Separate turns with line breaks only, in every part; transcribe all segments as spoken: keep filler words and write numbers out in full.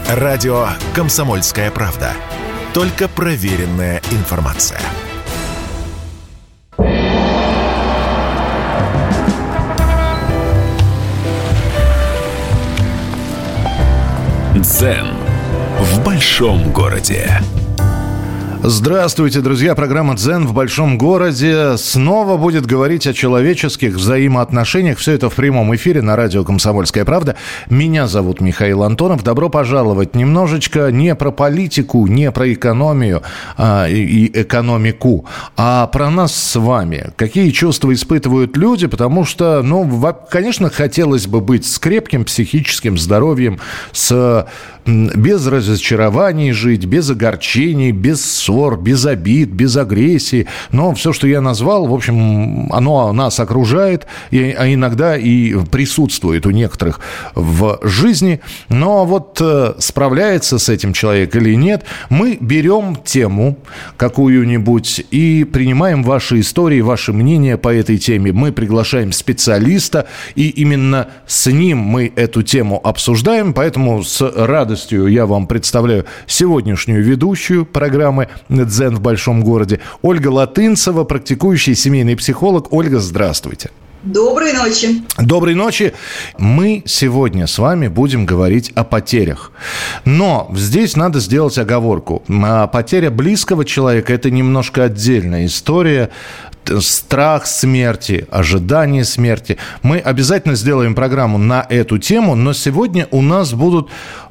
Радио «Комсомольская правда». Только проверенная информация. Дзен в большом городе.
Здравствуйте, друзья. Программа «Дзен в большом городе» снова будет говорить о человеческих взаимоотношениях. Все это в прямом эфире на радио «Комсомольская правда». Меня зовут Михаил Антонов. Добро пожаловать. Немножечко не про политику, не про экономию а, и, и экономику, а про нас с вами. Какие чувства испытывают люди, потому что, ну, конечно, хотелось бы быть с крепким психическим здоровьем, с... без разочарований жить, без огорчений, без ссор, без обид, без агрессии. Но все, что я назвал, в общем, оно нас окружает, и, а иногда и присутствует у некоторых в жизни. Но вот э, справляется с этим человек или нет, мы берем тему какую-нибудь и принимаем ваши истории, ваши мнения по этой теме. Мы приглашаем специалиста, и именно с ним мы эту тему обсуждаем, поэтому с радостью я вам представляю сегодняшнюю ведущую программы «Дзен в большом городе» Ольга Латынцева, практикующий семейный психолог. Ольга, здравствуйте.
Доброй ночи.
Доброй ночи. Мы сегодня с вами будем говорить о потерях. Но здесь надо сделать оговорку. Потеря близкого человека – это немножко отдельная история. Страх смерти, ожидание смерти. Мы обязательно сделаем программу на эту тему, но сегодня у нас будут...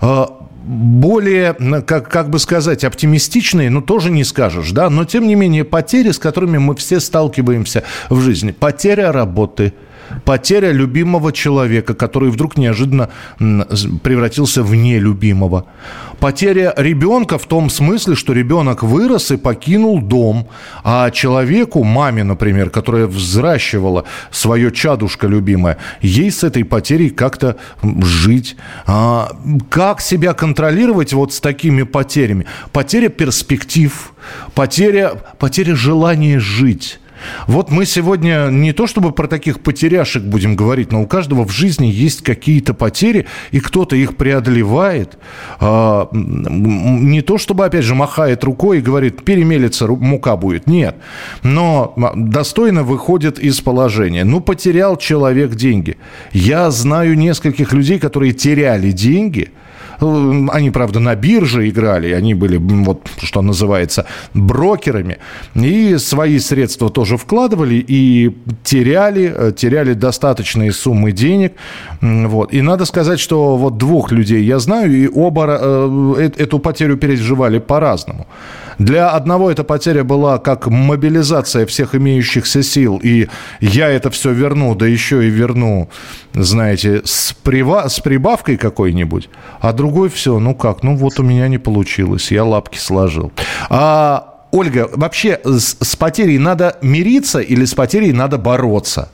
более, как, как бы сказать, оптимистичные, ну, тоже не скажешь, да, но, тем не менее, потери, с которыми мы все сталкиваемся в жизни. Потеря работы, потеря любимого человека, который вдруг неожиданно превратился в нелюбимого. Потеря ребенка в том смысле, что ребенок вырос и покинул дом, а человеку, маме, например, которая взращивала свое чадушка любимое, ей с этой потерей как-то жить. А как себя контролировать вот с такими потерями? Потеря перспектив, потеря, потеря желания жить. Вот мы сегодня не то чтобы про таких потеряшек будем говорить, но у каждого в жизни есть какие-то потери, и кто-то их преодолевает. А, не то чтобы, опять же, махает рукой и говорит, перемелется, мука будет. Нет. Но достойно выходит из положения. Ну, потерял человек деньги. Я знаю нескольких людей, которые теряли деньги. Они, правда, на бирже играли, они были, вот, что называется, брокерами, и свои средства тоже вкладывали, и теряли, теряли достаточные суммы денег. Вот. И надо сказать, что вот двух людей я знаю, и оба э, эту потерю переживали по-разному. Для одного эта потеря была как мобилизация всех имеющихся сил, и я это все верну, да еще и верну, знаете, с, прива- с прибавкой какой-нибудь, а другой все, ну как, ну вот у меня не получилось, я лапки сложил. А, Ольга, вообще с, с потерей надо мириться или с потерей надо бороться?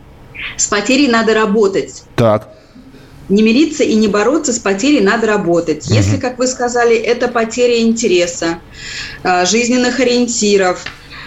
С потерей надо работать.
Так.
Не мириться и не бороться, с потерей надо работать. Угу. Если, как вы сказали, это потеря интереса, жизненных ориентиров,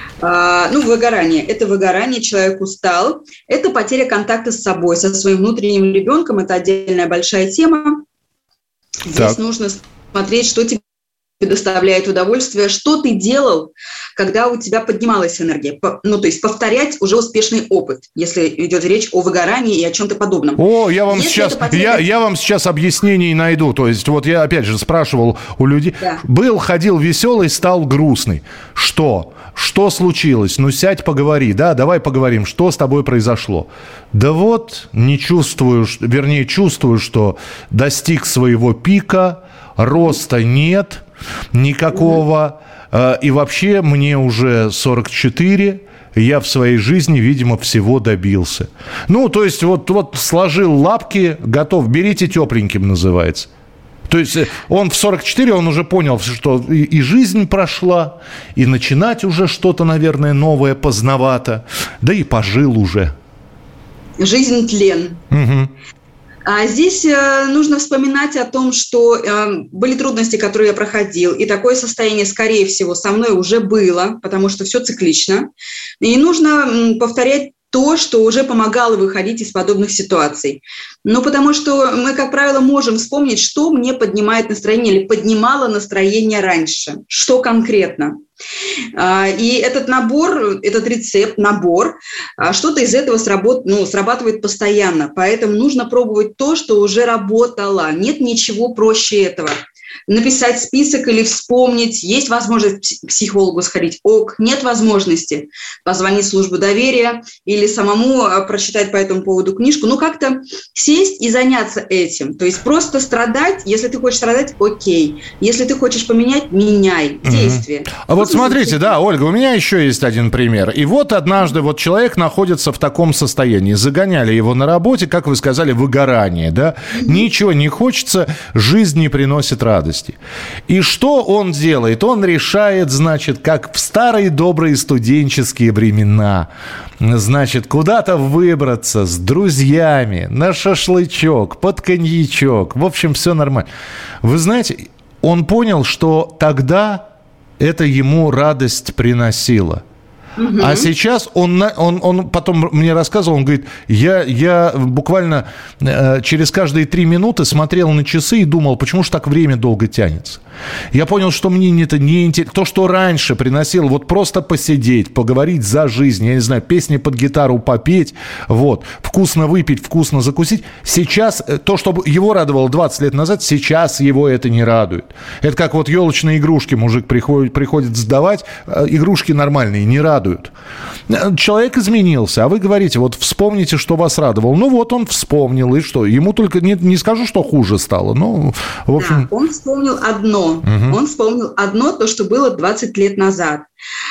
ну, выгорание. Это выгорание, человек устал. Это потеря контакта с собой, со своим внутренним ребенком. Это отдельная большая тема. Здесь так. нужно смотреть, что тебе доставляет удовольствие, что ты делал, когда у тебя поднималась энергия. Ну, то есть повторять уже успешный опыт, если идет речь о выгорании и о чем-то подобном. О,
я вам, сейчас, потеря... я, я вам сейчас объяснений найду. То есть вот я опять же спрашивал у людей. Да. Был, ходил веселый, стал грустный. Что? Что случилось? Ну, сядь, поговори. Да, давай поговорим. Что с тобой произошло? Да вот, не чувствую, вернее, чувствую, что достиг своего пика, роста нет никакого. Mm-hmm. И вообще мне уже сорок четыре. Я в своей жизни, видимо, всего добился. Ну, то есть вот, вот сложил лапки, готов. Берите тепленьким, называется. То есть он в сорок четыре, он уже понял, что и, и жизнь прошла, и начинать уже что-то, наверное, новое поздновато, да и пожил уже.
Жизнь тлен.
Угу.
А здесь э, нужно вспоминать о том, что э, были трудности, которые я проходил, и такое состояние, скорее всего, со мной уже было, потому что все циклично. И нужно м, повторять то, что уже помогало выходить из подобных ситуаций. Ну, потому что мы, как правило, можем вспомнить, что мне поднимает настроение или поднимало настроение раньше, что конкретно. И этот набор, этот рецепт, набор, что-то из этого сработ, ну, срабатывает постоянно. Поэтому нужно пробовать то, что уже работало. Нет ничего проще этого. Написать список или вспомнить. Есть возможность к психологу сходить. Ок, нет возможности. Позвонить в службу доверия или самому прочитать по этому поводу книжку. Ну, как-то сесть и заняться этим. То есть просто страдать. Если ты хочешь страдать, окей. Если ты хочешь поменять, меняй. Действие.
Mm-hmm. А вот смотрите, да, Ольга, у меня еще есть один пример. И вот однажды вот человек находится в таком состоянии. Загоняли его на работе, как вы сказали, выгорание, да? Mm-hmm. Ничего не хочется, жизнь не приносит радости. И что он делает? Он решает, значит, как в старые добрые студенческие времена, значит, куда-то выбраться с друзьями на шашлычок, под коньячок. В общем, все нормально. Вы знаете, он понял, что тогда это ему радость приносило. Угу. А сейчас он, он, он потом мне рассказывал, он говорит, я, я буквально э, через каждые три минуты смотрел на часы и думал, почему же так время долго тянется. Я понял, что мне это не интересно. То, что раньше приносило, вот просто посидеть, поговорить за жизнь, я не знаю, песни под гитару попеть, вот, вкусно выпить, вкусно закусить. Сейчас то, что его радовало двадцать лет назад, сейчас его это не радует. Это как вот елочные игрушки мужик приходит, приходит сдавать, игрушки нормальные не радуют. Человек изменился, а вы говорите, вот вспомните, что вас радовало. Ну вот он вспомнил, и что? Ему только, не, не скажу, что хуже стало, но в общем...
Да, он вспомнил одно. Угу. Он вспомнил одно, то, что было двадцать лет назад.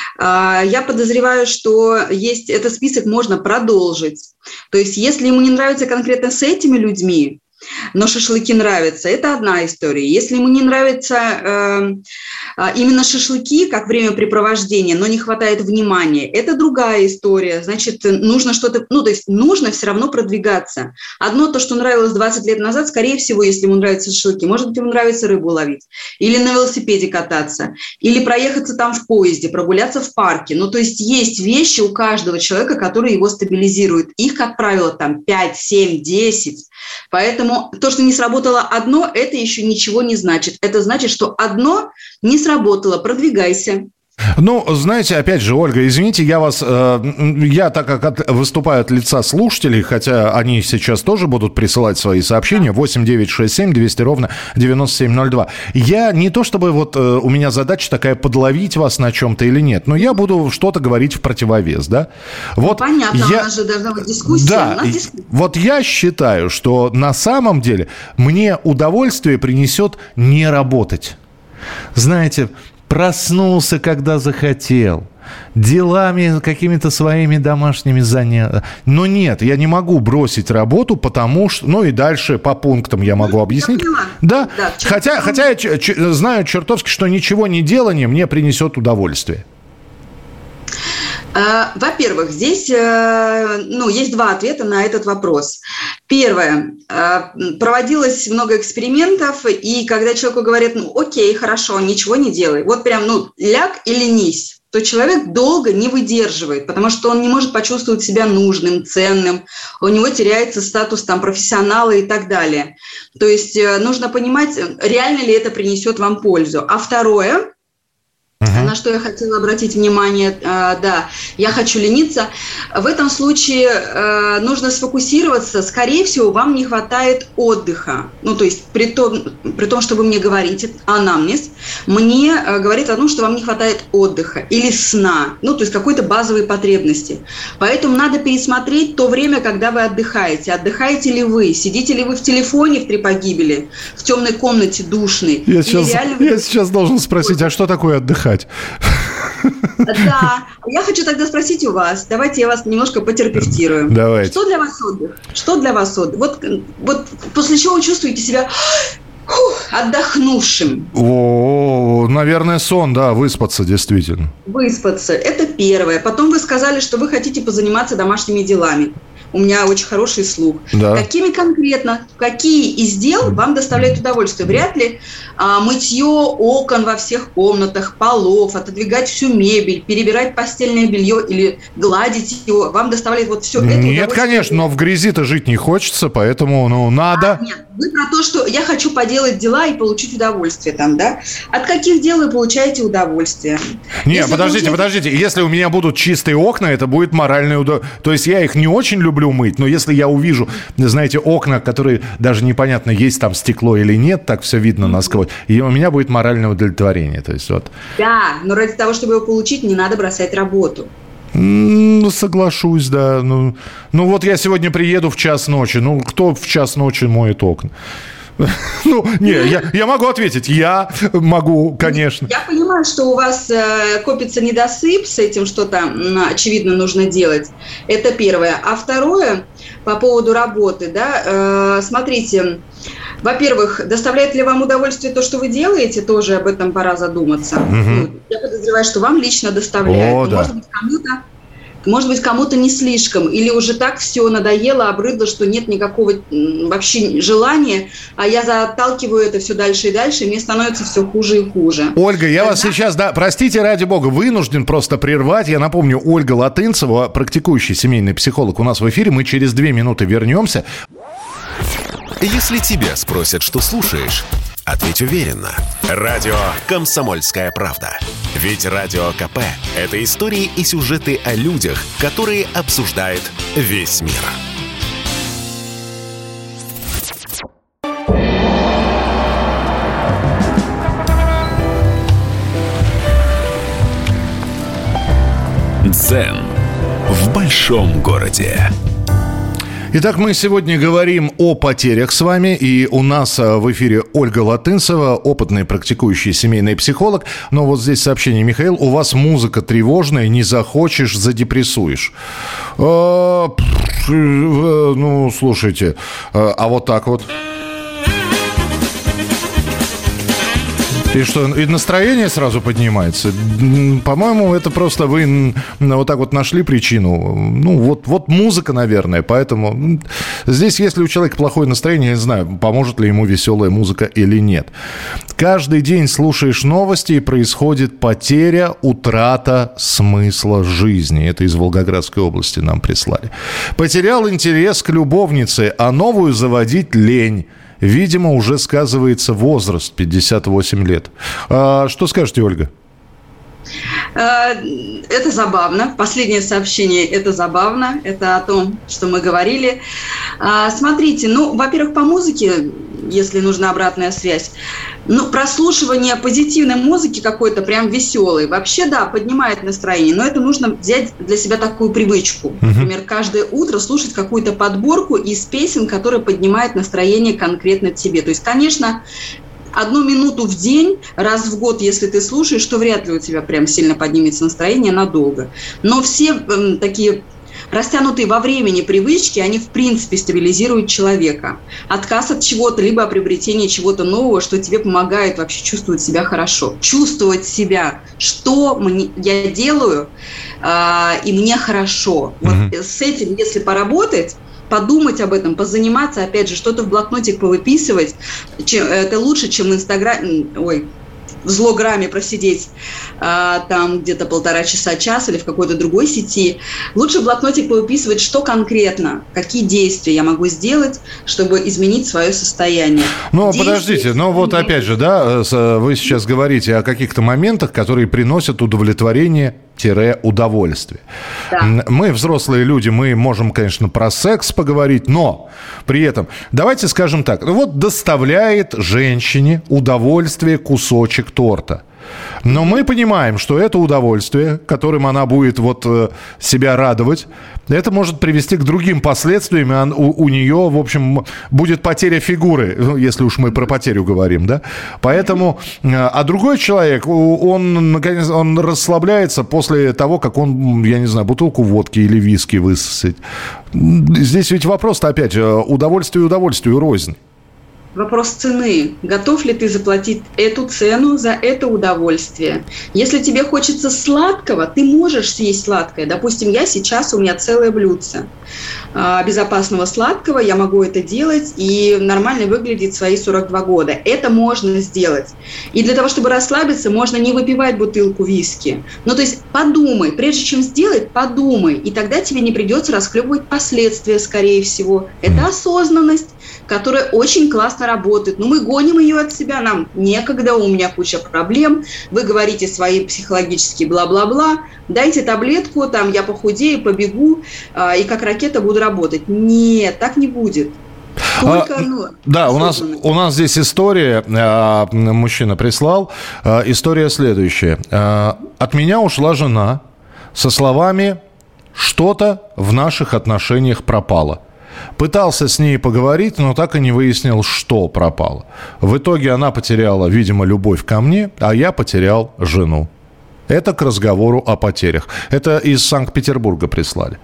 Я подозреваю, что есть этот список можно продолжить. То есть, если ему не нравится конкретно с этими людьми, но шашлыки нравятся, это одна история. Если ему не нравятся э, именно шашлыки как времяпрепровождение, но не хватает внимания, это другая история. Значит, нужно что-то, ну, то есть нужно все равно продвигаться. Одно то, что нравилось двадцать лет назад, скорее всего, если ему нравятся шашлыки, может быть, ему нравится рыбу ловить, или на велосипеде кататься, или проехаться там в поезде, прогуляться в парке. Ну, то есть есть вещи у каждого человека, которые его стабилизируют. Их, как правило, там пять, семь, десять. Поэтому то, что не сработало одно, это еще ничего не значит. Это значит, что одно не сработало. Продвигайся.
Ну, знаете, опять же, Ольга, извините, я вас, э, я так как от, выступаю от лица слушателей, хотя они сейчас тоже будут присылать свои сообщения, восемь девятьсот шестьдесят семь двести ровно девяносто семь ноль два. Я не то чтобы вот э, у меня задача такая подловить вас на чем-то или нет, но я буду что-то говорить в противовес, да? Вот
ну, понятно,
я,
у нас же должна быть дискуссия.
Да,
дискуссия.
Вот я считаю, что на самом деле мне удовольствие принесет не работать. Знаете... Проснулся, когда захотел. Делами какими-то своими домашними заняться. Но нет, я не могу бросить работу, потому что... Ну и дальше по пунктам я могу ну, объяснить. Я да, да хотя, хотя я ч- ч- знаю чертовски, что ничего не делание мне принесет удовольствие.
Во-первых, здесь ну, есть два ответа на этот вопрос. Первое. Проводилось много экспериментов, и когда человеку говорят, ну окей, хорошо, ничего не делай, вот прям ну ляг и ленись, то человек долго не выдерживает, потому что он не может почувствовать себя нужным, ценным, у него теряется статус там, профессионала и так далее. То есть нужно понимать, реально ли это принесет вам пользу. А второе... Uh-huh. На что я хотела обратить внимание, а, да, я хочу лениться. В этом случае а, нужно сфокусироваться. Скорее всего, вам не хватает отдыха. Ну, то есть, при том, при том что вы мне говорите, анамнез, мне а, говорит о том, что вам не хватает отдыха или сна, ну, то есть, какой-то базовой потребности. Поэтому надо пересмотреть то время, когда вы отдыхаете. Отдыхаете ли вы? Сидите ли вы в телефоне в три погибели, в темной комнате душной?
Я, сейчас, реально... я сейчас должен спросить, а что такое отдыхать?
Да, я хочу тогда спросить у вас, давайте я вас немножко потерапевтирую.
Давайте.
Что для вас отдых? Что для вас отдых? Вот, вот после чего вы чувствуете себя фух, отдохнувшим?
О, наверное, сон, да, выспаться действительно.
Выспаться, это первое. Потом вы сказали, что вы хотите позаниматься домашними делами. у меня очень хороший слух.
Да.
Какими конкретно, какие из дел вам доставляют удовольствие? Вряд ли а, мытье окон во всех комнатах, полов, отодвигать всю мебель, перебирать постельное белье или гладить его, вам доставляет вот все это удовольствие?
Нет, конечно, но в грязи-то жить не хочется, поэтому, ну, надо.
А, нет, вы про то, что я хочу поделать дела и получить удовольствие там, да? От каких дел вы получаете удовольствие?
Нет,
Если
подождите,
получаете...
подождите. Если у меня будут чистые окна, это будет моральное удовольствие. То есть я их не очень люблю мыть, но если я увижу, знаете, окна, которые даже непонятно, есть там стекло или нет, так все видно насквозь, и у меня будет моральное удовлетворение. То есть вот.
Да, но ради того, чтобы его получить, не надо бросать работу.
Ну, соглашусь, да. Ну, ну вот я сегодня приеду в час ночи. Ну, кто в час ночи моет окна? Ну, не, я, я могу ответить. Я могу, конечно.
Я понимаю, что у вас э, копится недосып, с этим что-то, очевидно, нужно делать. Это первое. А второе, по поводу работы, да, э, смотрите, во-первых, доставляет ли вам удовольствие то, что вы делаете, тоже об этом пора задуматься. Угу. Ну, я подозреваю, что вам лично доставляет. О, да. Может быть, кому-то Может быть, кому-то не слишком, или уже так все надоело, обрыдло, что нет никакого вообще желания, а я заталкиваю это все дальше и дальше, и мне становится все хуже и хуже.
Ольга, я Тогда... вас сейчас, да, простите, ради бога, вынужден просто прервать. Я напомню, Ольга Латынцева, практикующий семейный психолог, у нас в эфире. Мы через две минуты вернемся.
Если тебя спросят, что слушаешь, ответь уверенно. Радио «Комсомольская правда». Ведь Радио КП – это истории и сюжеты о людях, которые обсуждает весь мир. Дзен в большом городе.
Итак, мы сегодня говорим о потерях с вами, и у нас в эфире Ольга Латынцева, опытный практикующий семейный психолог. Но вот здесь сообщение: Михаил, у вас музыка тревожная, не захочешь, задепрессуешь. Ну, слушайте, а вот так вот... И что, и настроение сразу поднимается? По-моему, это просто вы вот так вот нашли причину. Ну, вот, вот музыка, наверное. Поэтому здесь, если у человека плохое настроение, я не знаю, поможет ли ему веселая музыка или нет. Каждый день слушаешь новости, и происходит потеря, утрата смысла жизни. Это из Волгоградской области нам прислали. Потерял интерес к любовнице, а новую заводить лень. Видимо, уже сказывается возраст, пятьдесят восемь лет. А что скажете, Ольга?
Это забавно. Последнее сообщение – это забавно. Это о том, что мы говорили. Смотрите, ну, во-первых, по музыке, если нужна обратная связь, ну, прослушивание позитивной музыки какой-то прям веселой, вообще, да, поднимает настроение, но это нужно взять для себя такую привычку. Например, каждое утро слушать какую-то подборку из песен, которая поднимает настроение конкретно тебе. То есть, конечно, одну минуту в день, раз в год, если ты слушаешь, то вряд ли у тебя прям сильно поднимется настроение надолго. Но все э, такие растянутые во времени привычки, они в принципе стабилизируют человека. Отказ от чего-то, либо приобретение чего-то нового, что тебе помогает вообще чувствовать себя хорошо. Чувствовать себя, что мне, я делаю, э, и мне хорошо. Mm-hmm. Вот с этим, если поработать, подумать об этом, позаниматься, опять же, что-то в блокнотик повыписывать, чем, это лучше, чем в Инстаграме, ой, в Злограме просидеть а, там где-то полтора часа, час или в какой-то другой сети. Лучше в блокнотик повыписывать, что конкретно, какие действия я могу сделать, чтобы изменить свое состояние.
Ну, действия, подождите, ну вот опять же, да, вы сейчас говорите о каких-то моментах, которые приносят удовлетворение удовольствие. Да. Мы взрослые люди, мы можем, конечно, про секс поговорить, но при этом давайте скажем так, вот доставляет женщине удовольствие кусочек торта. Но мы понимаем, что это удовольствие, которым она будет вот себя радовать, это может привести к другим последствиям. У, у нее, в общем, будет потеря фигуры, если уж мы про потерю говорим, да? Поэтому, а другой человек, он, наконец, он расслабляется после того, как он, я не знаю, бутылку водки или виски высосет. Здесь ведь вопрос-то опять, удовольствие удовольствию рознь.
Вопрос цены. Готов ли ты заплатить эту цену за это удовольствие? Если тебе хочется сладкого, ты можешь съесть сладкое. Допустим, я сейчас, у меня целое блюдце безопасного сладкого, я могу это делать и нормально выглядеть свои сорок два года. Это можно сделать. И для того, чтобы расслабиться, можно не выпивать бутылку виски. Ну, то есть подумай, прежде чем сделать, подумай, и тогда тебе не придется расхлебывать последствия, скорее всего. Это осознанность, которая очень классно работает. Но мы гоним ее от себя, нам некогда, у меня куча проблем. Вы говорите свои психологические бла-бла-бла, дайте таблетку, там я похудею, побегу, э, и как ракета буду работать. Нет, так не будет. Только,
а,
ну,
да, у нас, у нас здесь история, э, мужчина прислал, э, история следующая. Э, от меня ушла жена со словами «что-то в наших отношениях пропало». Пытался с ней поговорить, но так и не выяснил, что пропало. В итоге она потеряла, видимо, любовь ко мне, а я потерял жену. Это к разговору о потерях. Это из Санкт-Петербурга прислали.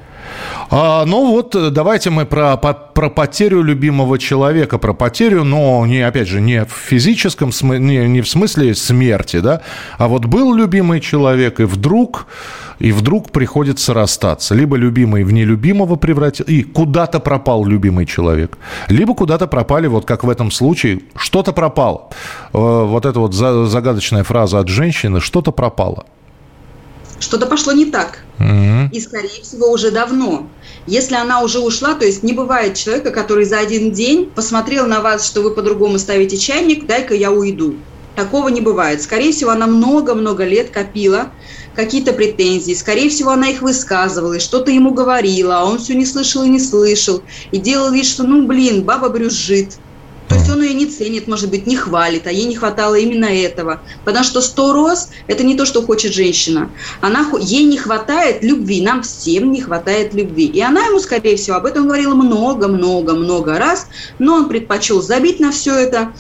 А, ну вот, давайте мы про, по, про потерю любимого человека, про потерю, но, не, опять же, не в физическом, не, не в смысле смерти, да, а вот был любимый человек, и вдруг, и вдруг приходится расстаться. Либо любимый в нелюбимого превратился, и куда-то пропал любимый человек, либо куда-то пропали, вот как в этом случае, что-то пропало. Вот эта вот загадочная фраза от женщины, что-то пропало.
Что-то пошло не так. Mm-hmm. И, скорее всего, уже давно. Если она уже ушла, то есть не бывает человека, который за один день посмотрел на вас, что вы по-другому ставите чайник, дай-ка я уйду. Такого не бывает. Скорее всего, она много-много лет копила какие-то претензии. Скорее всего, она их высказывала, и что-то ему говорила, а он все не слышал и не слышал. И делал вид, что, ну, блин, баба брюзжит. То есть он ее не ценит, может быть, не хвалит, а ей не хватало именно этого. Потому что сто роз – это не то, что хочет женщина. Она, ей не хватает любви, нам всем не хватает любви. И она ему, скорее всего, об этом говорила много-много-много раз, но он предпочел забить на все это.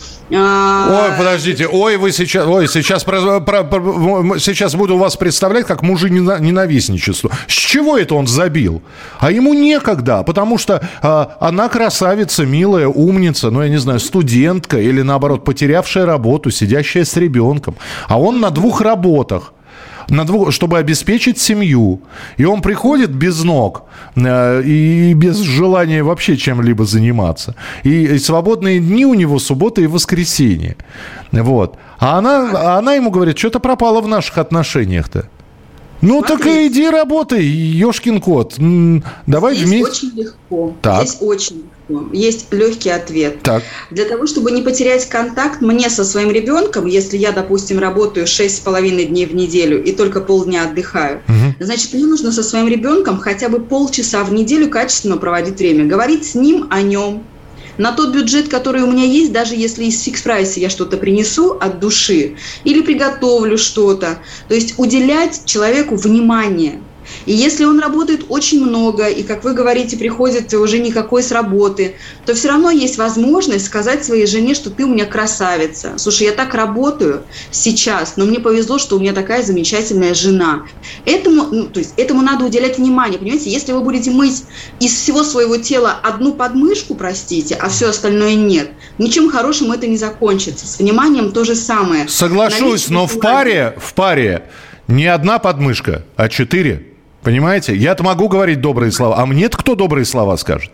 Ой, подождите, ой, вы сейчас, ой, сейчас, про, про, про, сейчас буду вас представлять как мужи ненавистничества. С чего это он забил? А ему некогда, потому что а, она красавица, милая, умница, ну, я не знаю, студентка или, наоборот, потерявшая работу, сидящая с ребенком. А он на двух работах. На двух, чтобы обеспечить семью. И он приходит без ног э, и без желания вообще чем-либо заниматься. И, и свободные дни у него суббота и воскресенье. Вот. А она, а она ему говорит, что-то пропало в наших отношениях-то. Ну, смотри, так и иди работай, ёшкин кот. Давай
здесь
вместе.
Очень легко.
Так.
Здесь очень легко. Есть легкий ответ.
Так.
Для того, чтобы не потерять контакт мне со своим ребенком, если я, допустим, работаю шесть с половиной дней в неделю и только полдня отдыхаю, угу. значит, мне нужно со своим ребенком хотя бы полчаса в неделю качественно проводить время, говорить с ним о нем. На тот бюджет, который у меня есть, даже если из фикс-прайса я что-то принесу от души или приготовлю что-то, то есть уделять человеку внимание. И если он работает очень много, и, как вы говорите, приходит уже никакой с работы, то все равно есть возможность сказать своей жене, что ты у меня красавица. Слушай, я так работаю сейчас, но мне повезло, что у меня такая замечательная жена. Этому, ну, то есть, этому надо уделять внимание, понимаете? Если вы будете мыть из всего своего тела одну подмышку, простите, а все остальное нет, ничем хорошим это не закончится. С вниманием то же самое.
Соглашусь, но в паре, в паре не одна подмышка, а четыре. Понимаете? Я-то могу говорить добрые слова, а мне-то кто добрые слова скажет?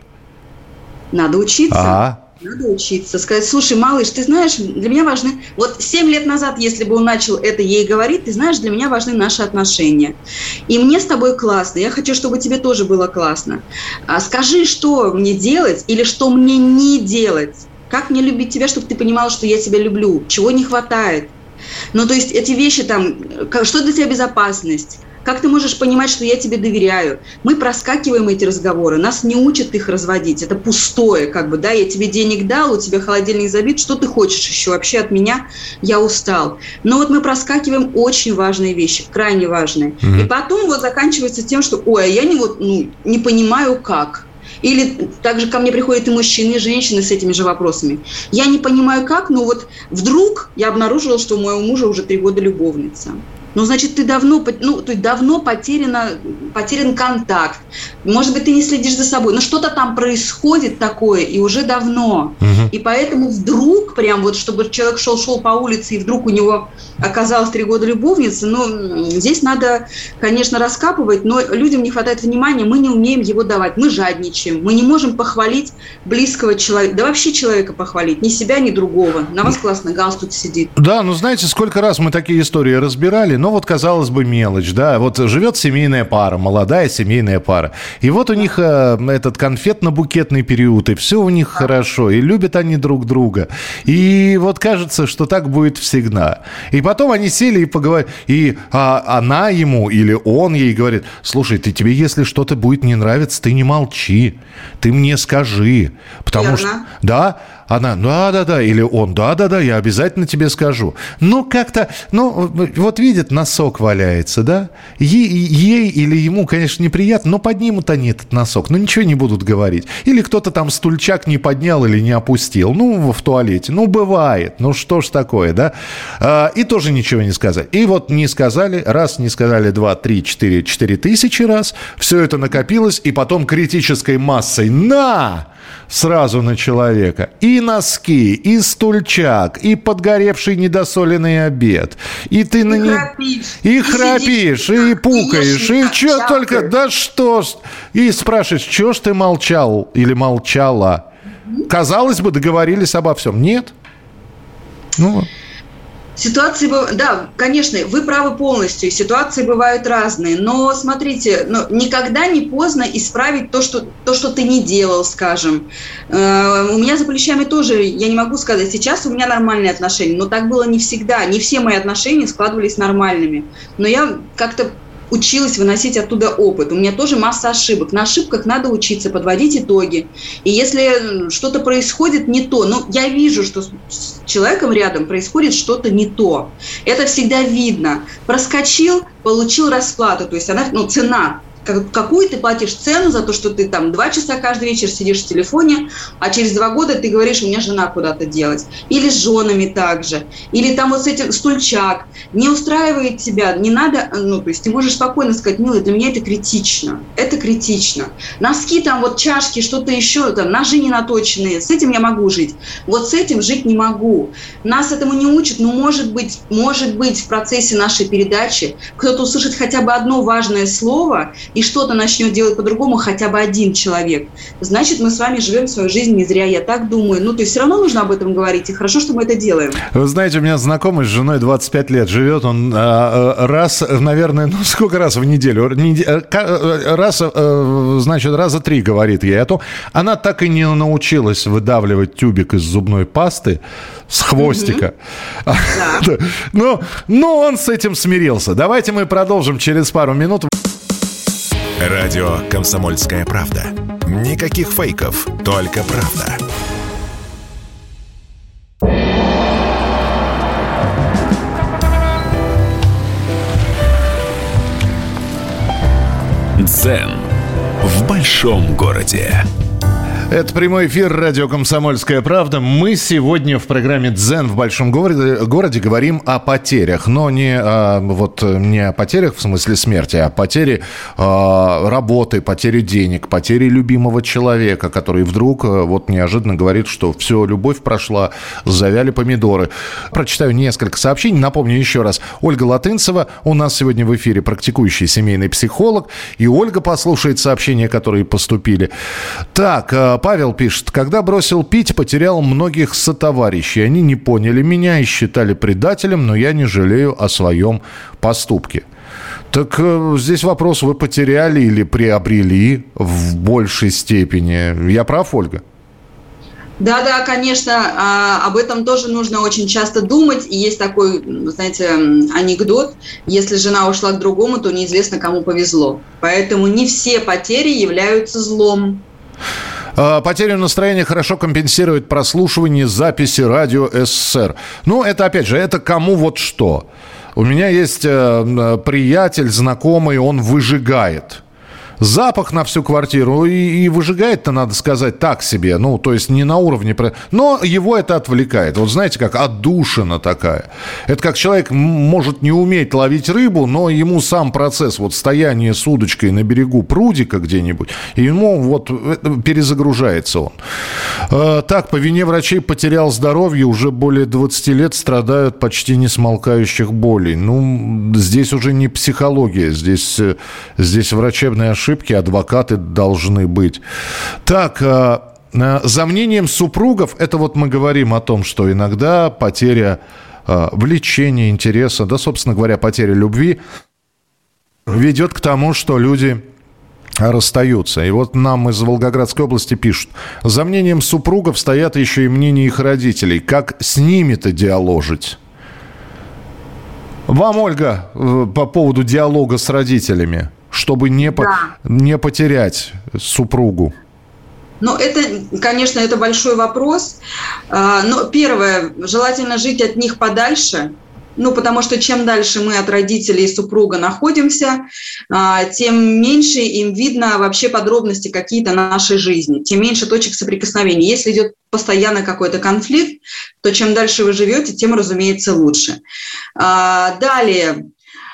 Надо учиться.
А-а.
Надо учиться. Сказать, слушай, малыш, ты знаешь, для меня важны... Вот семь лет назад, если бы он начал это ей говорить, ты знаешь, для меня важны наши отношения. И мне с тобой классно. Я хочу, чтобы тебе тоже было классно. А скажи, что мне делать или что мне не делать. Как мне любить тебя, чтобы ты понимала, что я тебя люблю. Чего не хватает. Ну, то есть эти вещи там... Что для тебя безопасность? Как ты можешь понимать, что я тебе доверяю? Мы проскакиваем эти разговоры, нас не учат их разводить. Это пустое, как бы, да, я тебе денег дал, у тебя холодильник забит, что ты хочешь еще вообще от меня? Я устал. Но вот мы проскакиваем очень важные вещи, крайне важные. Mm-hmm. И потом вот заканчивается тем, что, ой, а я не, вот, ну, не понимаю, как. Или также ко мне приходят и мужчины, и женщины с этими же вопросами. Я не понимаю, как, но вот вдруг я обнаружила, что у моего мужа уже три года любовница. ну, значит, ты давно, ну, то есть давно потеряно, потерян контакт. Может быть, ты не следишь за собой, но что-то там происходит такое, и уже давно. Угу. И поэтому вдруг, прям вот, чтобы человек шел-шел по улице, и вдруг у него оказалось три года любовницы, ну, здесь надо, конечно, раскапывать, но людям не хватает внимания, мы не умеем его давать, мы жадничаем, мы не можем похвалить близкого человека, да вообще человека похвалить, ни себя, ни другого. На вас классно галстук сидит.
Да, ну знаете, сколько раз мы такие истории разбирали, ну вот, казалось бы, мелочь, да, вот живет семейная пара, молодая семейная пара, и вот у них э, этот конфетно-букетный период, и все у них да. хорошо, и любят они друг друга, и вот кажется, что так будет всегда. И потом они сели и поговорили, и а, она ему или он ей говорит: слушай, ты тебе, если что-то будет не нравиться, ты не молчи, ты мне скажи, потому Верно. что, да, она, да-да-да, или он, да-да-да, я обязательно тебе скажу. Ну, как-то, ну, вот видит, носок валяется, да? Ей, ей или ему, конечно, неприятно, но поднимут они этот носок, но ничего не будут говорить. Или кто-то там стульчак не поднял или не опустил, ну, в туалете. Ну, бывает, ну, что ж такое, да? А, и тоже ничего не сказать. И вот не сказали, раз не сказали, два, три, четыре, четыре тысячи раз, все это накопилось, и потом критической массой на... сразу на человека. И носки, и стульчак, и подгоревший недосоленный обед. И ты и на не... храпишь. И, и храпишь, сидишь, и пукаешь, и, и что только... Да что ж... И спрашиваешь, что ж ты молчал или молчала? Mm-hmm. Казалось бы, договорились обо всем. Нет? Ну...
Ситуации, да, конечно, вы правы полностью, ситуации бывают разные, но смотрите, ну, никогда не поздно исправить то, что, то, что ты не делал, скажем. Э, у меня за плечами тоже, я не могу сказать, сейчас у меня нормальные отношения, но так было не всегда, не все мои отношения складывались нормальными, но я как-то училась выносить оттуда опыт. У меня тоже масса ошибок. На ошибках надо учиться, подводить итоги. И если что-то происходит не то, ну, я вижу, что с человеком рядом происходит что-то не то. Это всегда видно. Проскочил, получил расплату. То есть она, ну, цена. Какую ты платишь цену за то, что ты там два часа каждый вечер сидишь в телефоне, а через два года ты говоришь, у меня жена куда-то делать. Или с женами также. Или там вот с этим стульчак. Не устраивает тебя, не надо, ну, то есть ты можешь спокойно сказать, милый, для меня это критично. Это критично. Носки там, вот чашки, что-то еще, там, ножи не наточенные. С этим я могу жить. Вот с этим жить не могу. Нас этому не учат, но может быть, может быть в процессе нашей передачи кто-то услышит хотя бы одно важное слово, и что-то начнет делать по-другому хотя бы один человек, значит, мы с вами живем свою жизнь не зря, я так думаю. Ну, то есть все равно нужно об этом говорить, и хорошо, что мы это делаем.
Вы знаете, у меня знакомый с женой двадцать пять лет живет, он э, раз, наверное, ну, сколько раз в неделю? Раз, э, значит, раза три говорит ей о том. Она так и не научилась выдавливать тюбик из зубной пасты с хвостика. Но он с этим смирился. Давайте мы продолжим через пару минут.
Радио «Комсомольская правда». Никаких фейков, только правда. Дзен в большом городе.
Это прямой эфир радио «Комсомольская правда». Мы сегодня в программе «Дзен в большом городе, городе» говорим о потерях. Но не, а, вот, не о потерях в смысле смерти, а о потере а, работы, потере денег, потере любимого человека, который вдруг вот неожиданно говорит, что все, любовь прошла, завяли помидоры. Прочитаю несколько сообщений. Напомню еще раз. Ольга Латынцева у нас сегодня в эфире, практикующий семейный психолог. И Ольга послушает сообщения, которые поступили. Так, Павел пишет: когда бросил пить, потерял многих сотоварищей. Они не поняли меня и считали предателем, но я не жалею о своем поступке. Так э, здесь вопрос: вы потеряли или приобрели в большей степени? Я прав, Ольга?
Да-да, конечно, об этом тоже нужно очень часто думать. И есть такой, знаете, анекдот: если жена ушла к другому, то неизвестно, кому повезло. Поэтому не все потери являются злом.
Потерю настроения хорошо компенсирует прослушивание записи радио СССР. Ну, это, опять же, это кому вот что. У меня есть э, приятель, знакомый, он выжигает. Запах на всю квартиру, и, и выжигает-то, надо сказать, так себе. Ну, то есть не на уровне... Но его это отвлекает. Вот знаете, как отдушина такая. Это как человек может не уметь ловить рыбу, но ему сам процесс вот стояния с удочкой на берегу прудика где-нибудь, и ему вот перезагружается он. Так, по вине врачей потерял здоровье, уже более двадцать лет страдают почти не смолкающих болей. Ну, здесь уже не психология, здесь, здесь врачебная ошибка. Ошибки, адвокаты должны быть. Так, за мнением супругов, это вот мы говорим о том, что иногда потеря влечения, интереса, да, собственно говоря, потеря любви ведет к тому, что люди расстаются. И вот нам из Волгоградской области пишут: за мнением супругов стоят еще и мнения их родителей. Как с ними-то диаложить? Вам, Ольга, по поводу диалога с родителями, чтобы не, да. по, не потерять супругу?
Ну, это, конечно, это большой вопрос. Но первое, желательно жить от них подальше. Ну, потому что чем дальше мы от родителей и супруга находимся, тем меньше им видно вообще подробности какие-то нашей жизни, тем меньше точек соприкосновения. Если идет постоянно какой-то конфликт, то чем дальше вы живете, тем, разумеется, лучше. Далее.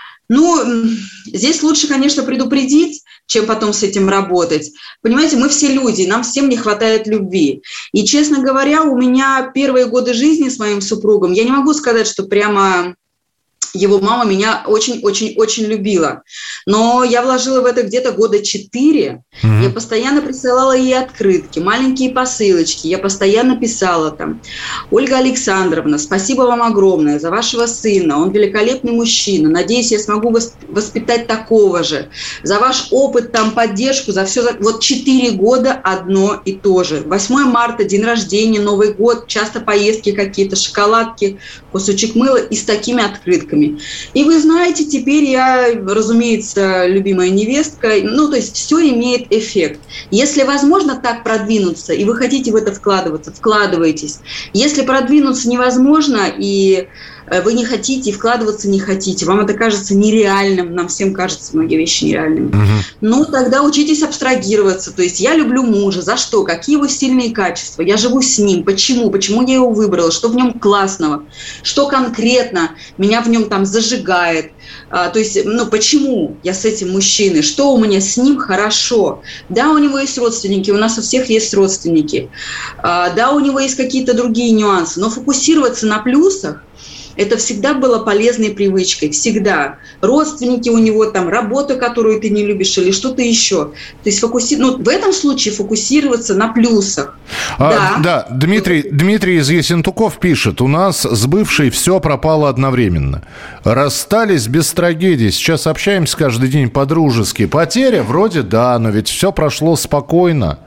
Ну, здесь лучше, конечно, предупредить, чем потом с этим работать. Понимаете, мы все люди, нам всем не хватает любви. И, честно говоря, у меня первые годы жизни с моим супругом, я не могу сказать, что прямо его мама меня очень-очень-очень любила. Но я вложила в это где-то года четыре. Mm-hmm. Я постоянно присылала ей открытки, маленькие посылочки. Я постоянно писала там: Ольга Александровна, спасибо вам огромное за вашего сына. Он великолепный мужчина. Надеюсь, я смогу воспитать такого же. За ваш опыт, там, поддержку, за все. Вот четыре года одно и то же. восьмое марта, день рождения, Новый год, часто поездки какие-то, шоколадки, кусочек мыла и с такими открытками. И вы знаете, теперь я, разумеется, любимая невестка. Ну, то есть все имеет эффект. Если возможно так продвинуться, и вы хотите в это вкладываться, вкладывайтесь. Если продвинуться невозможно, и вы не хотите, и вкладываться не хотите, вам это кажется нереальным, нам всем кажется многие вещи нереальными, угу. ну, тогда учитесь абстрагироваться. То есть я люблю мужа. За что? Какие его сильные качества? Я живу с ним. Почему? Почему я его выбрала? Что в нем классного? Что конкретно меня в нем там зажигает? А, то есть, ну, почему я с этим мужчиной? Что у меня с ним хорошо? Да, у него есть родственники, у нас у всех есть родственники. А, да, у него есть какие-то другие нюансы. Но фокусироваться на плюсах, это всегда было полезной привычкой, всегда. Родственники у него, там, работа, которую ты не любишь, или что-то еще. То есть фокуси... ну, в этом случае фокусироваться на плюсах.
А, да. да, Дмитрий, Дмитрий из Ессентуков пишет: у нас с бывшей все пропало одновременно. Расстались без трагедии, сейчас общаемся каждый день по-дружески. Потеря вроде да, но ведь все прошло спокойно.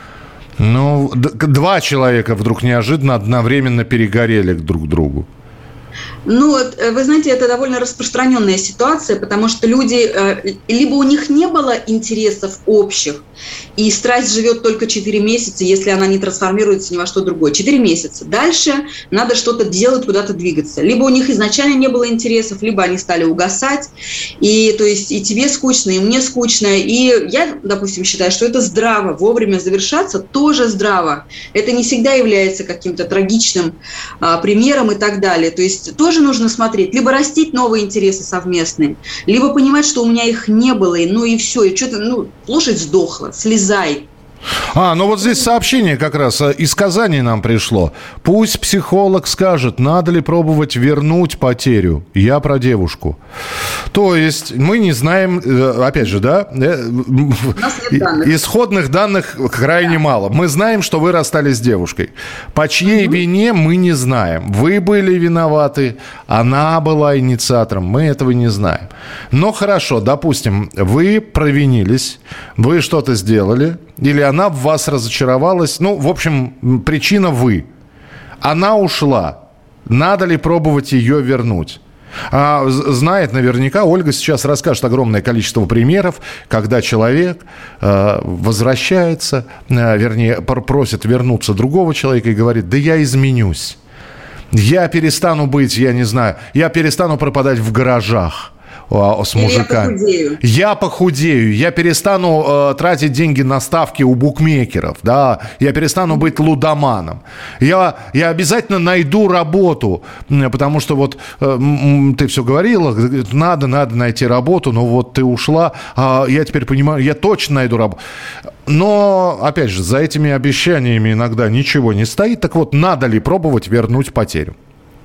Ну, два человека вдруг неожиданно одновременно перегорели друг к другу.
Ну, вы знаете, это довольно распространенная ситуация, потому что люди, либо у них не было интересов общих, и страсть живет только четыре месяца, если она не трансформируется ни во что другое. четыре месяца. Дальше надо что-то делать, куда-то двигаться. Либо у них изначально не было интересов, либо они стали угасать, и, то есть, и тебе скучно, и мне скучно. И я, допустим, считаю, что это здраво. Вовремя завершаться тоже здраво. Это не всегда является каким-то трагичным а, примером и так далее. То есть тоже нужно смотреть, либо растить новые интересы совместные, либо понимать, что у меня их не было, и, ну и все, и что-то, ну, лошадь сдохла, слезай.
А, ну вот здесь сообщение как раз из Казани нам пришло. Пусть психолог скажет, надо ли пробовать вернуть потерю. Я про девушку. То есть мы не знаем, опять же, да,
У нас нет данных.
Исходных данных крайне да. мало. Мы знаем, что вы расстались с девушкой. По чьей угу. вине мы не знаем. Вы были виноваты, она была инициатором. Мы этого не знаем. Но хорошо, допустим, вы провинились, вы что-то сделали, или она в вас разочаровалась. Ну, в общем, причина вы. Она ушла. Надо ли пробовать ее вернуть? А, знает наверняка, Ольга сейчас расскажет огромное количество примеров, когда человек э, возвращается, э, вернее, просит вернуться другого человека и говорит: да я изменюсь. Я перестану быть, я не знаю, я перестану пропадать в гаражах. с мужиками. Я похудею. Я похудею, я перестану э, тратить деньги на ставки у букмекеров, да, я перестану быть лудоманом. Я, я обязательно найду работу, потому что вот э, ты все говорила, надо, надо найти работу, но вот ты ушла, а я теперь понимаю, я точно найду работу. Но, опять же, за этими обещаниями иногда ничего не стоит. Так вот, надо ли пробовать вернуть потерю?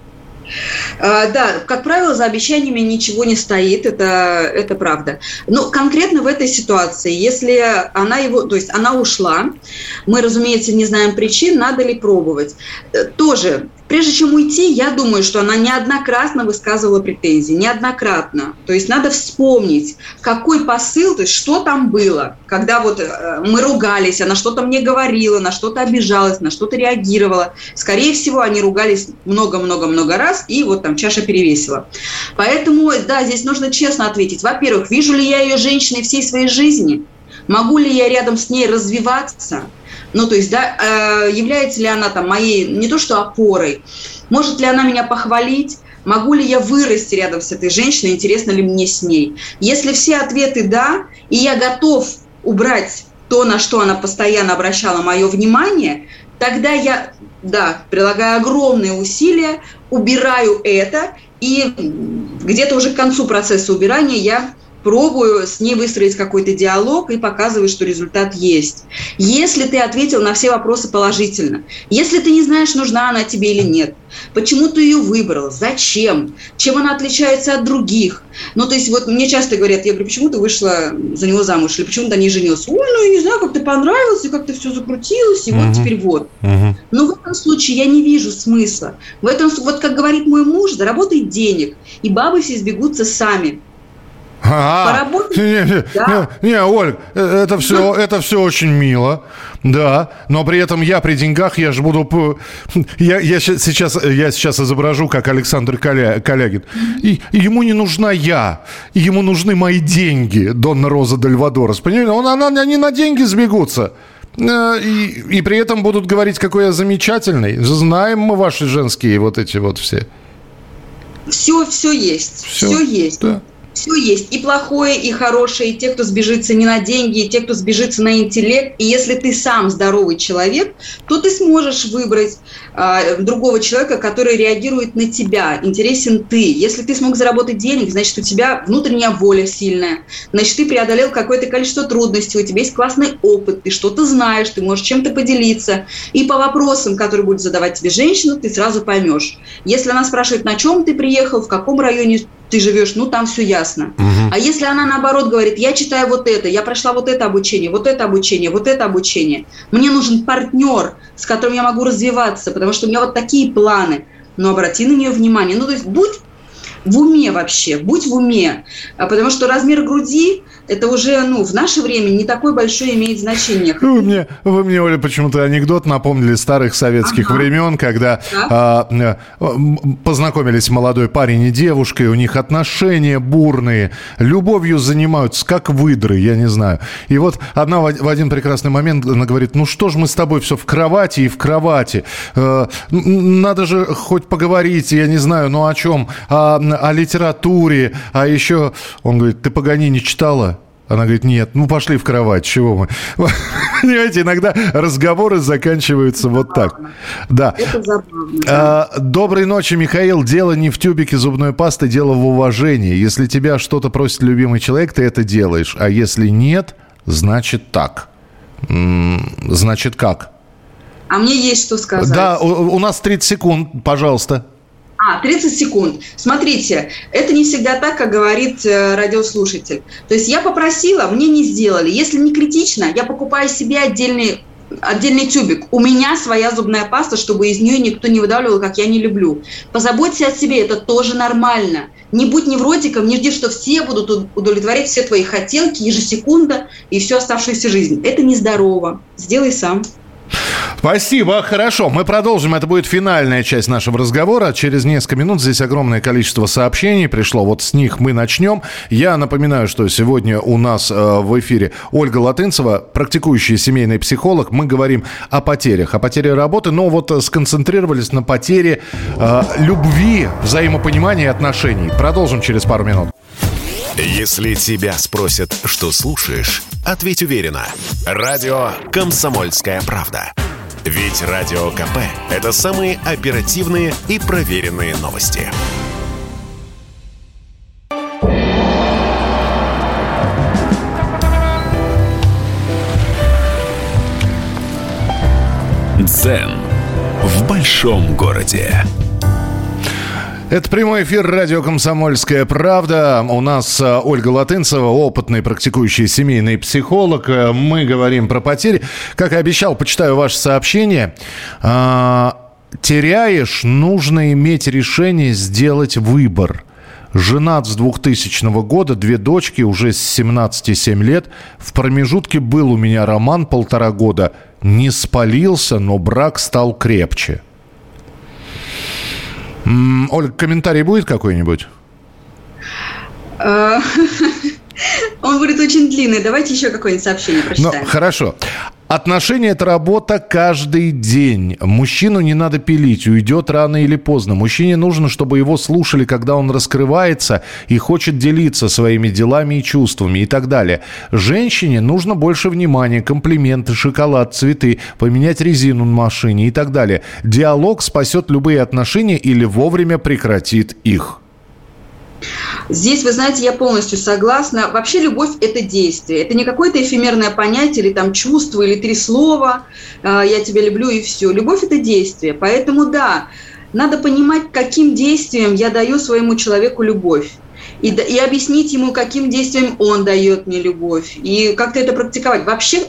Да, как правило, за обещаниями ничего не стоит, это, это правда. Но конкретно в этой ситуации, если она его, то есть она ушла, мы, разумеется, не знаем причин, надо ли пробовать. Тоже, прежде чем уйти, я думаю, что она неоднократно высказывала претензии, неоднократно. То есть надо вспомнить, какой посыл, то есть что там было, когда вот мы ругались, она что-то мне говорила, на что-то обижалась, на что-то реагировала. Скорее всего, они ругались много-много-много раз, и вот там чаша перевесила. Поэтому, да, здесь нужно честно ответить. Во-первых, вижу ли я ее женщиной всей своей жизни? Могу ли я рядом с ней развиваться? Ну, то есть, да, э, является ли она там моей, не то что опорой, может ли она меня похвалить? Могу ли я вырасти рядом с этой женщиной? Интересно ли мне с ней? Если все ответы «да», и я готов убрать то, на что она постоянно обращала мое внимание, тогда я, да, прилагаю огромные усилия, убираю это, и где-то уже к концу процесса убирания я пробую с ней выстроить какой-то диалог и показываю, что результат есть. Если ты ответил на все вопросы положительно, если ты не знаешь, нужна она тебе или нет, почему ты ее выбрал, зачем, чем она отличается от других. Ну, то есть вот мне часто говорят, я говорю, почему ты вышла за него замуж, или почему ты не женился? Ой, ну, я не знаю, как ты понравился, как-то все закрутилось, и uh-huh. вот теперь вот. Uh-huh. Но в этом случае я не вижу смысла. В этом, вот как говорит мой муж, заработай денег, и бабы все сбегутся сами.
А, не, не, да. не, не, Оль, это все, это все очень мило, да, но при этом я при деньгах, я же буду, я, я сейчас, я сейчас изображу, как Александр Коля, Калягин, и, и ему не нужна я, ему нужны мои деньги, Донна Роза дель Вадорос, понимаете, он, она, они на деньги сбегутся. И, и при этом будут говорить, какой я замечательный. Знаем мы ваши женские вот эти вот все.
Все, все есть, все, все есть.
Да.
Все есть, и плохое, и хорошее, и те, кто сбежится не на деньги, и те, кто сбежится на интеллект. И если ты сам здоровый человек, то ты сможешь выбрать э, другого человека, который реагирует на тебя, интересен ты. Если ты смог заработать денег, значит, у тебя внутренняя воля сильная, значит, ты преодолел какое-то количество трудностей, у тебя есть классный опыт, ты что-то знаешь, ты можешь чем-то поделиться. И по вопросам, которые будет задавать тебе женщина, ты сразу поймешь. Если она спрашивает, на чем ты приехал, в каком районе ты живешь, ну, там все ясно. Uh-huh. А если она, наоборот, говорит, я читаю вот это, я прошла вот это обучение, вот это обучение, вот это обучение, мне нужен партнер, с которым я могу развиваться, потому что у меня вот такие планы, но обрати на нее внимание. Ну, то есть будь в уме вообще, будь в уме, потому что размер груди – это уже, ну, в наше время не такое большое имеет значение.
Вы мне, вы мне, Оля, почему-то анекдот напомнили старых советских ага. времен, когда да? а, познакомились молодой парень и девушка, и у них отношения бурные, любовью занимаются, как выдры, я не знаю. И вот одна в один прекрасный момент она говорит, ну что ж мы с тобой все в кровати и в кровати, э, надо же хоть поговорить, я не знаю, ну о чем, о, о литературе, а еще, он говорит, ты Паганини читала? Она говорит, нет, ну пошли в кровать, чего мы? Понимаете, иногда разговоры заканчиваются забавно. Вот так. Да.
Это забавно. Да.
Доброй ночи, Михаил. Дело не в тюбике зубной пасты, дело в уважении. Если тебя что-то просит любимый человек, ты это делаешь. А если нет, значит так. Значит как?
А мне есть что сказать.
Да, у, у нас тридцать секунд, пожалуйста.
А, тридцать секунд. Смотрите, это не всегда так, как говорит э, радиослушатель. То есть я попросила, мне не сделали. Если не критично, я покупаю себе отдельный, отдельный тюбик. У меня своя зубная паста, чтобы из нее никто не выдавливал, как я не люблю. Позаботься о себе, это тоже нормально. Не будь невротиком, не жди, что все будут удовлетворять все твои хотелки ежесекунда и всю оставшуюся жизнь. Это нездорово. Сделай сам.
Спасибо, хорошо. Мы продолжим. Это будет финальная часть нашего разговора. Через несколько минут здесь огромное количество сообщений пришло. Вот с них мы начнем. Я напоминаю, что сегодня у нас э, в эфире Ольга Латынцева, практикующий семейный психолог. Мы говорим о потерях, о потере работы, но вот сконцентрировались на потере э, любви, взаимопонимания и отношений. Продолжим через пару минут.
Если тебя спросят, что слушаешь, ответь уверенно. Радио «Комсомольская правда». Ведь Радио КП – это самые оперативные и проверенные новости. Дзен в большом городе.
Это прямой эфир радио «Комсомольская правда». У нас Ольга Латынцева, опытный практикующий семейный психолог. Мы говорим про потери. Как и обещал, почитаю ваше сообщение. Теряешь, нужно иметь решение сделать выбор. Женат с двухтысячного года, две дочки, уже с семнадцати семь лет. В промежутке был у меня роман полтора года. Не спалился, но брак стал крепче. Ольга, комментарий будет какой-нибудь?
Он будет очень длинный. Давайте еще какое-нибудь сообщение прочитаем.
Ну, хорошо. Отношения – это работа каждый день. Мужчину не надо пилить, уйдет рано или поздно. Мужчине нужно, чтобы его слушали, когда он раскрывается и хочет делиться своими делами и чувствами и так далее. Женщине нужно больше внимания, комплименты, шоколад, цветы, поменять резину на машине и так далее. Диалог спасет любые отношения или вовремя прекратит их.
Здесь, вы знаете, я полностью согласна. Вообще любовь – это действие. Это не какое-то эфемерное понятие или там чувство, или три слова «я тебя люблю» и все. Любовь – это действие. Поэтому, да, надо понимать, каким действием я даю своему человеку любовь. И, и объяснить ему, каким действием он дает мне любовь. И как-то это практиковать. Вообще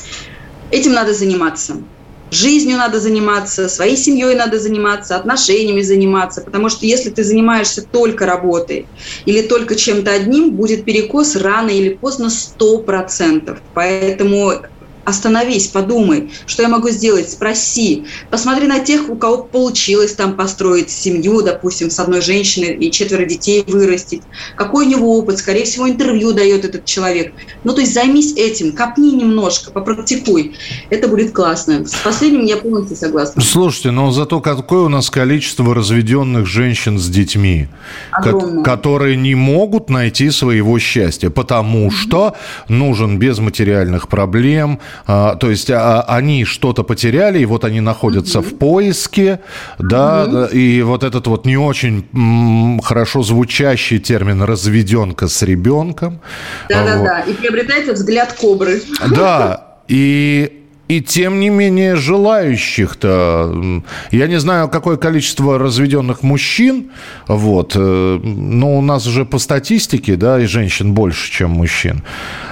этим надо заниматься. Жизнью надо заниматься, своей семьей надо заниматься, отношениями заниматься. Потому что если ты занимаешься только работой или только чем-то одним, будет перекос рано или поздно сто процентов. Поэтому остановись, подумай, что я могу сделать, спроси. Посмотри на тех, у кого получилось там построить семью, допустим, с одной женщиной и четверо детей вырастить. Какой у него опыт, скорее всего, интервью дает этот человек. Ну, то есть займись этим, копни немножко, попрактикуй. Это будет классно. С последним я полностью согласна.
Слушайте, но зато какое у нас количество разведенных женщин с детьми, ко- которые не могут найти своего счастья, потому mm-hmm. что нужен без материальных проблем. А, то есть а, они что-то потеряли, и вот они находятся mm-hmm. в поиске, да, mm-hmm. и вот этот вот не очень м, хорошо звучащий термин «разведенка с ребенком».
Да-да-да, вот. И приобретается взгляд кобры.
Да, и... И тем не менее желающих-то, я не знаю, какое количество разведенных мужчин, вот, но у нас же по статистике, да, и женщин больше, чем мужчин.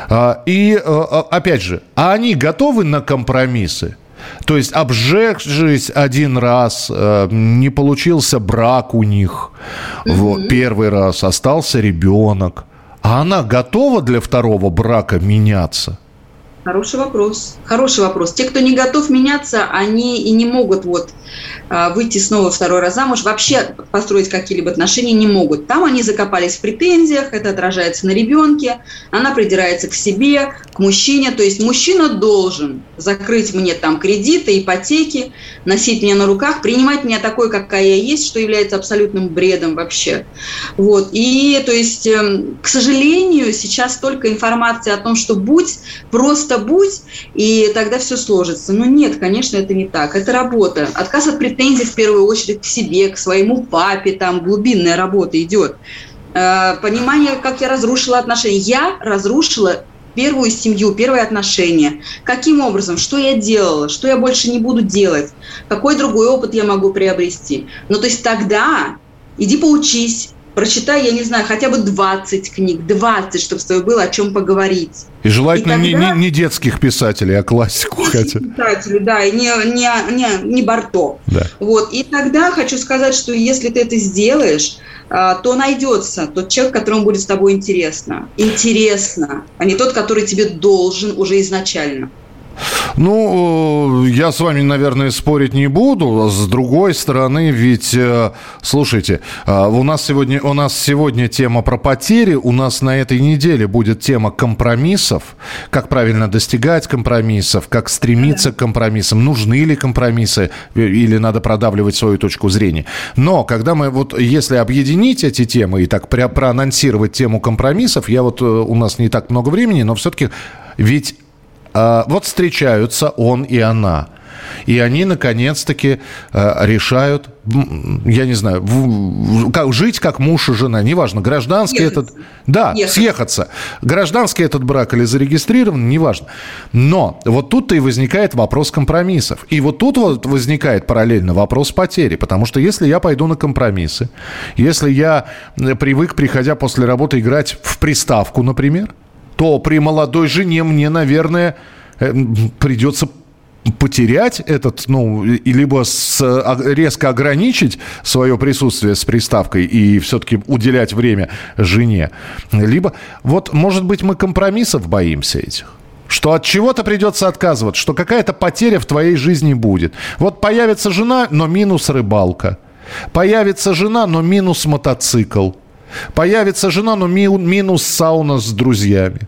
И, опять же, а они готовы на компромиссы? То есть, обжегшись один раз, не получился брак у них, mm-hmm. вот, первый раз, остался ребенок, а она готова для второго брака меняться?
Хороший вопрос. Хороший вопрос. Те, кто не готов меняться, они и не могут вот выйти снова второй раз замуж, вообще построить какие-либо отношения не могут. Там они закопались в претензиях, это отражается на ребенке, она придирается к себе, к мужчине. То есть мужчина должен закрыть мне там кредиты, ипотеки, носить меня на руках, принимать меня такой, какая я есть, что является абсолютным бредом вообще. Вот. И, то есть, к сожалению, сейчас столько информации о том, что будь, просто будь, и тогда все сложится. Но нет, конечно, это не так. Это работа. Отказ от претензий в первую очередь к себе, к своему папе, там глубинная работа идет. Понимание, как я разрушила отношения. Я разрушила первую семью, первые отношения. Каким образом? Что я делала? Что я больше не буду делать? Какой другой опыт я могу приобрести? Ну, то есть тогда иди поучись, прочитай, я не знаю, хотя бы двадцать книг, двадцать, чтобы с тобой было о чем поговорить.
И желательно и тогда... не, не детских писателей, а классику. Детских
писателей, да, и не, не, не, не Барто.
Да.
Вот. И тогда хочу сказать, что если ты это сделаешь, то найдется тот человек, которому будет с тобой интересно. Интересно, а не тот, который тебе должен уже изначально.
Ну, я с вами, наверное, спорить не буду. С другой стороны, ведь, слушайте, у нас сегодня, у нас сегодня тема про потери, у нас на этой неделе будет тема компромиссов, как правильно достигать компромиссов, как стремиться к компромиссам, нужны ли компромиссы или надо продавливать свою точку зрения. Но когда мы, вот если объединить эти темы и так про- проанонсировать тему компромиссов, я вот, у нас не так много времени, но все-таки ведь Uh, вот встречаются он и она. И они, наконец-таки, uh, решают, я не знаю, в, в, как, жить как муж и жена. Неважно, гражданский съехаться. этот... Да, съехаться. съехаться. Гражданский этот брак или зарегистрирован, неважно. Но вот тут-то и возникает вопрос компромиссов. И вот тут вот возникает параллельно вопрос потери. Потому что если я пойду на компромиссы, если я привык, приходя после работы, играть в приставку, например, то при молодой жене мне, наверное, придется потерять этот, ну, либо с, резко ограничить свое присутствие с приставкой и все-таки уделять время жене, либо, вот, может быть, мы компромиссов боимся этих. Что от чего-то придется отказываться, что какая-то потеря в твоей жизни будет. Вот появится жена, но минус рыбалка. Появится жена, но минус мотоцикл. Появится жена, но ми- минус сауна с друзьями.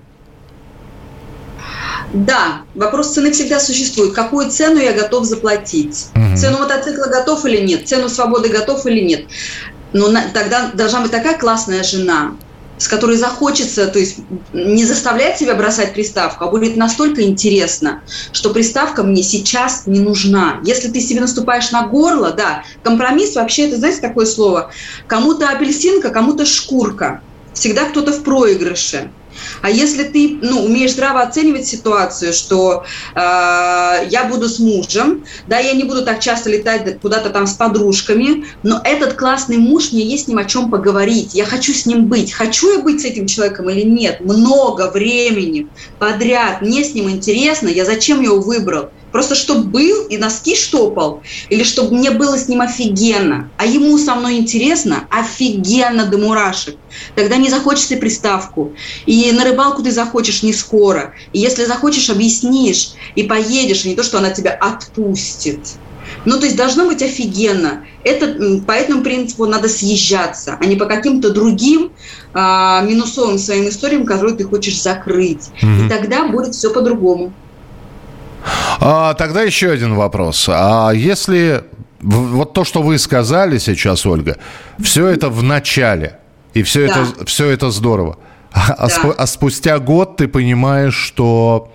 Да, вопрос цены всегда существует. Какую цену я готов заплатить? Угу. Цену мотоцикла готов или нет? Цену свободы готов или нет? Но на, тогда должна быть такая классная жена, с которой захочется, то есть не заставлять себя бросать приставку, а будет настолько интересно, что приставка мне сейчас не нужна. Если ты себе наступаешь на горло, да, компромисс вообще, это, знаете, такое слово, кому-то апельсинка, кому-то шкурка. Всегда кто-то в проигрыше. А если ты, ну, умеешь здраво оценивать ситуацию, что э, я буду с мужем, да, я не буду так часто летать куда-то там с подружками, но этот классный муж, мне есть с ним о чем поговорить, я хочу с ним быть, хочу я быть с этим человеком или нет, много времени подряд, мне с ним интересно, я зачем его выбрал? Просто чтобы был и носки штопал, или чтобы мне было с ним офигенно, а ему со мной интересно, офигенно до мурашек. Тогда не захочется приставку. И на рыбалку ты захочешь не скоро. И если захочешь, объяснишь и поедешь, а не то, что она тебя отпустит. Ну, то есть должно быть офигенно. Это, по этому принципу надо съезжаться, а не по каким-то другим а, минусовым своим историям, которые ты хочешь закрыть. Mm-hmm. И тогда будет все по-другому.
А, тогда еще один вопрос. А если вот то, что вы сказали сейчас, Ольга, все это в начале, и все, да. это, все это здорово, а, да. спу- а спустя год ты понимаешь, что,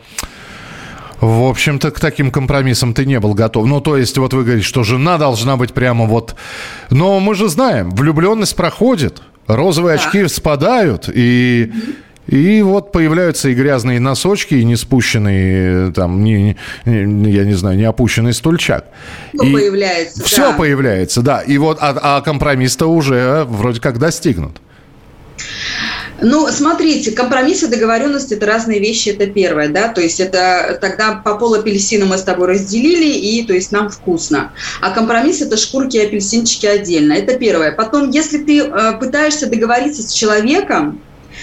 в общем-то, к таким компромиссам ты не был готов. Ну, то есть, вот вы говорите, что жена должна быть прямо вот... Но мы же знаем, влюбленность проходит, розовые да. очки спадают, и... И вот появляются и грязные носочки, и не спущенный, там, не, не, я не знаю, не опущенный стульчак.
Все появляется,
Все
да. появляется,
да. И вот, а, а компромисс-то уже вроде как достигнут.
Ну, смотрите, компромисс и договоренность – это разные вещи, это первое, да, то есть это тогда по пол апельсина мы с тобой разделили, и, то есть, нам вкусно. А компромисс – это шкурки и апельсинчики отдельно, это первое. Потом, если ты э, пытаешься договориться с человеком,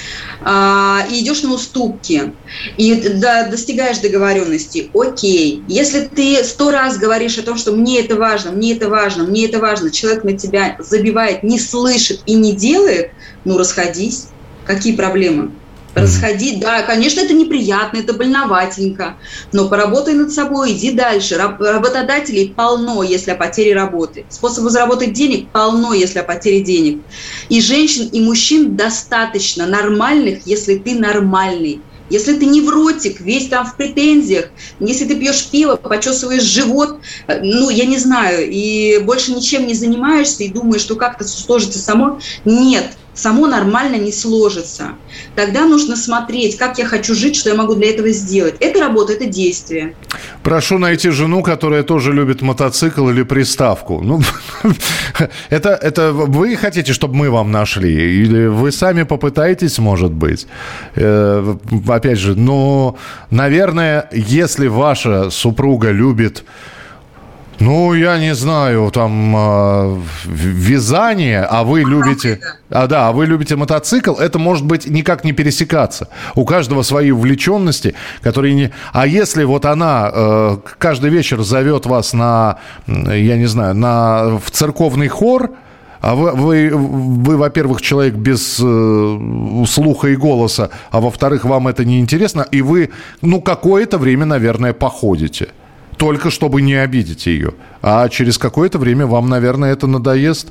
и идешь на уступки, и да, достигаешь договоренности, окей. Если ты сто раз говоришь о том, что мне это важно, мне это важно, мне это важно, человек на тебя забивает, не слышит и не делает, ну, расходись. Какие проблемы? Расходить, да, конечно, это неприятно, это больноватенько, но поработай над собой, иди дальше. Работодателей полно, если о потере работы. Способов заработать денег полно, если о потере денег. И женщин, и мужчин достаточно нормальных, если ты нормальный. Если ты невротик, весь там в претензиях, если ты пьешь пиво, почесываешь живот, ну, я не знаю, и больше ничем не занимаешься, и думаешь, что как-то сложится само, нет. Само нормально не сложится. Тогда нужно смотреть, как я хочу жить, что я могу для этого сделать. Это работа, это действие.
Прошу найти жену, которая тоже любит мотоцикл или приставку. Ну, это, это вы хотите, чтобы мы вам нашли? Или вы сами попытаетесь, может быть? Э, опять же, ну, наверное, если ваша супруга любит... Ну, я не знаю, там э, вязание, а вы любите... А, да, а вы любите мотоцикл, это может быть никак не пересекаться. У каждого свои увлеченности, которые не... А если вот она э, каждый вечер зовет вас на, я не знаю, на, в церковный хор, а вы, вы, вы, во-первых, человек без э, слуха и голоса, а во-вторых, вам это не интересно, и вы, ну, какое-то время, наверное, походите. Только чтобы не обидеть ее. А через какое-то время вам, наверное, это надоест.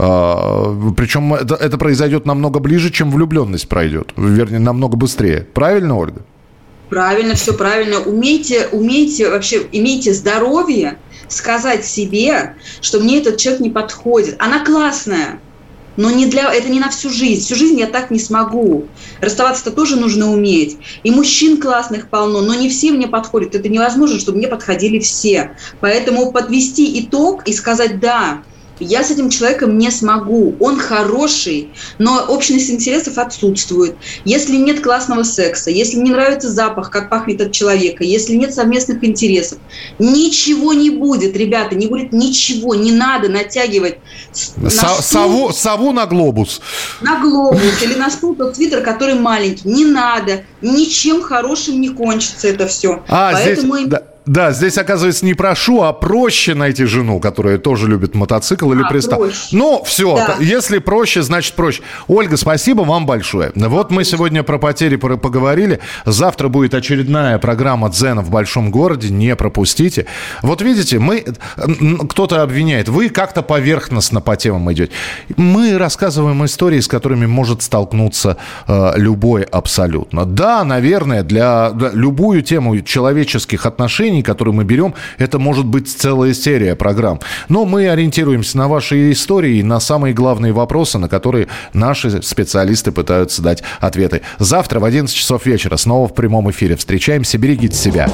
А, причем это, это произойдет намного ближе, чем влюбленность пройдет. Вернее, намного быстрее. Правильно, Ольга?
Правильно, все правильно. Умейте, умейте вообще, имейте здоровье сказать себе, что мне этот человек не подходит. Она классная, но не для, это не на всю жизнь. Всю жизнь я так не смогу. Расставаться-то тоже нужно уметь. И мужчин классных полно, но не все мне подходят. Это невозможно, чтобы мне подходили все. Поэтому подвести итог и сказать «да». Я с этим человеком не смогу. Он хороший, но общность интересов отсутствует. Если нет классного секса, если не нравится запах, как пахнет от человека, если нет совместных интересов, ничего не будет, ребята, не будет ничего. Не надо натягивать на
стул, сову, сову на глобус.
На глобус или на стул тот свитер, который маленький. Не надо. Ничем хорошим не кончится это все.
А, Поэтому... здесь... Да. Да, здесь, оказывается, не прошу, а проще найти жену, которая тоже любит мотоцикл или а, пристав. Ну, все, да. Если проще, значит проще. Ольга, спасибо вам большое. Вот мы сегодня про потери поговорили. Завтра будет очередная программа «Дзен в большом городе». Не пропустите. Вот видите, мы, кто-то обвиняет, вы как-то поверхностно по темам идете. Мы рассказываем истории, с которыми может столкнуться э, любой абсолютно. Да, наверное, для, для любую тему человеческих отношений, которые мы берем, это может быть целая серия программ. Но мы ориентируемся на ваши истории и на самые главные вопросы, на которые наши специалисты пытаются дать ответы. Завтра в одиннадцать часов вечера снова в прямом эфире встречаемся. Берегите себя.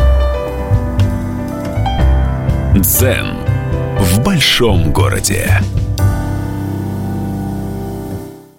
Дзен в большом городе.